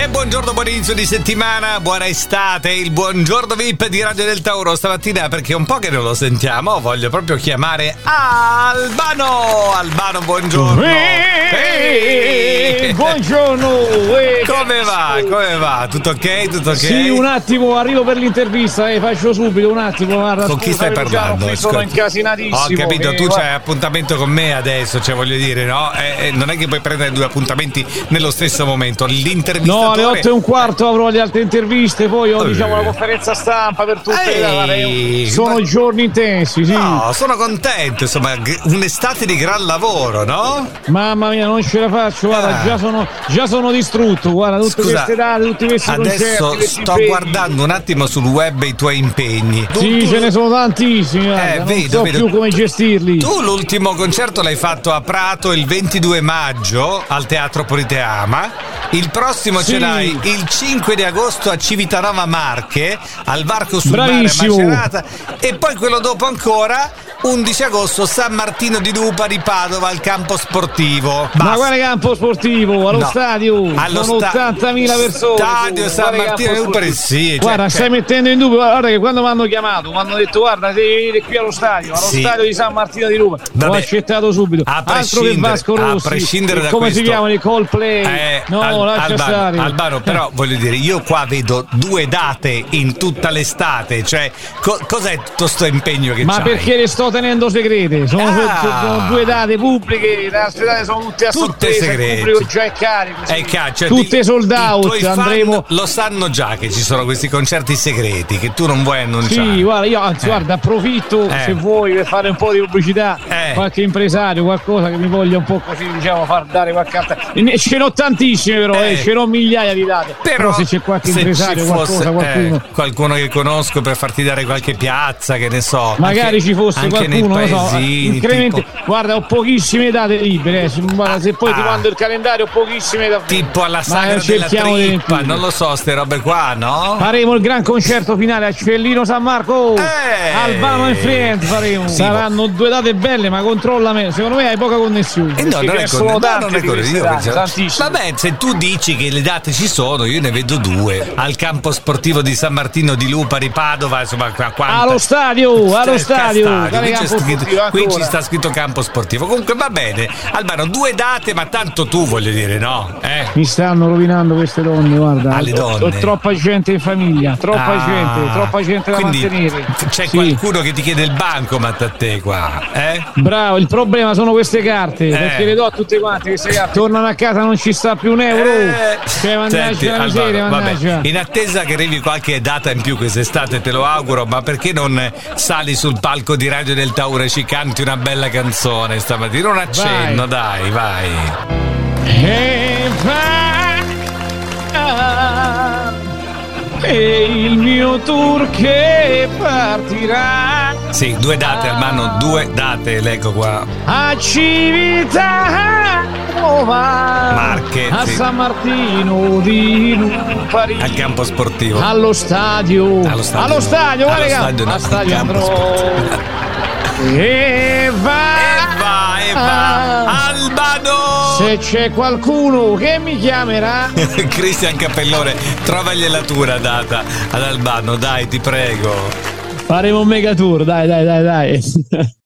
E buongiorno, buon inizio di settimana, buona estate, il buongiorno VIP di Radio del Tauro stamattina, perché è un po' che non lo sentiamo, voglio proprio chiamare Albano. Albano, buongiorno. Buongiorno. Come va? Tutto ok? Tutto ok? Sì, un attimo, arrivo per l'intervista, faccio subito un attimo. Guarda, con chi stai parlando? Qui sono incasinatissimo. Ho capito, tu c'hai appuntamento con me adesso, cioè voglio dire, no? Non è che puoi prendere due appuntamenti nello stesso momento. L'intervistatore... No, alle 8:15 avrò le altre interviste, poi ho diciamo la conferenza stampa per tutte le sono giorni intensi, sì. No, sono contento, insomma, un'estate di gran lavoro, no? Mamma mia, non ce la faccio, guarda, già sono distrutto, guarda, tutte queste date, tutti questi adesso concerti. Sto guardando un attimo sul web i tuoi impegni. Sì, ce ne sono tantissimi, guarda, non so più come gestirli. Tu l'ultimo concerto l'hai fatto a Prato il 22 maggio al Teatro Politeama. Il prossimo ce l'hai il 5 di agosto a Civitanova Marche, al Varco sul Mare a Macerata, e poi quello dopo ancora 11 agosto San Martino di Lupari, Padova, al campo sportivo. Basta. Ma quale campo sportivo? Allo stadio? Sono 80.000 persone. Stadio San Martino di Lupari, sì. Guarda, stai mettendo in dubbio. Guarda che quando mi hanno chiamato, mi hanno detto guarda, devi venire qui allo stadio di San Martino di Lupari. Ho accettato subito. Altro che Vasco Rossi. A prescindere da come questo, si chiamano i Coldplay? Lascia stare. Albano, però voglio dire, io qua vedo 2 date in tutta l'estate, cioè cos'è tutto sto impegno che c'hai? Ma perché le sto tenendo segrete? Sono 2 date pubbliche, le altre date sono tutte a sorpresa, il pubblico già è carico. Cioè, tutte sold out, andremo. Lo sanno già che ci sono questi concerti segreti che tu non vuoi annunciare. Sì, guarda, io guarda, approfitto se vuoi per fare un po' di pubblicità, qualche impresario, qualcosa che mi voglia un po' così, diciamo, far dare qualche altra. Ce n'ho tantissime però, ce n'ho migliaia di date. Però se c'è qualche impresario, qualcuno che conosco per farti dare qualche piazza, che ne so. Magari ci fosse anche qualcuno, nei paesini, tipo... Guarda, ho pochissime date libere, se poi ti mando il calendario, ho pochissime da tipo alla sagra della trippa, non lo so, ste robe qua, no? Faremo il gran concerto finale a Cellino San Marco, Albano e Friends faremo. Saranno 2 date belle, ma controlla me, secondo me hai poca connessione. Vabbè, se tu dici che le date ci sono, io ne vedo 2 al campo sportivo di San Martino di Lupari, Padova, insomma, allo stadio. Qui ci sta scritto campo sportivo. Comunque va bene, Albano, 2 date, ma tanto tu, voglio dire, no? Mi stanno rovinando queste donne, guarda. Le donne. Ho troppa gente in famiglia, troppa gente da mantenere. C'è qualcuno che ti chiede il bancomat a te qua, Bravo, il problema sono queste carte, perché le do a tutte quante queste carte. Tornano a casa, non ci sta più un euro. Mannaggia la miseria, mannaggia. In attesa che arrivi qualche data in più quest'estate, te lo auguro, ma perché non sali sul palco di Radio del Tauro e ci canti una bella canzone stamattina? Un accenno, dai, vai. E il mio tour che partirà. Sì, 2 date, Albano, 2 date, leggo qua. A Civitanova Marche, a San Martino di Lupari, al campo sportivo, allo stadio, guarda, allo stadio andrò. E va, Albano, se c'è qualcuno che mi chiamerà. Cristian Cappellone, trovagliela tu la data ad Albano, dai, ti prego. Faremo un mega tour, dai.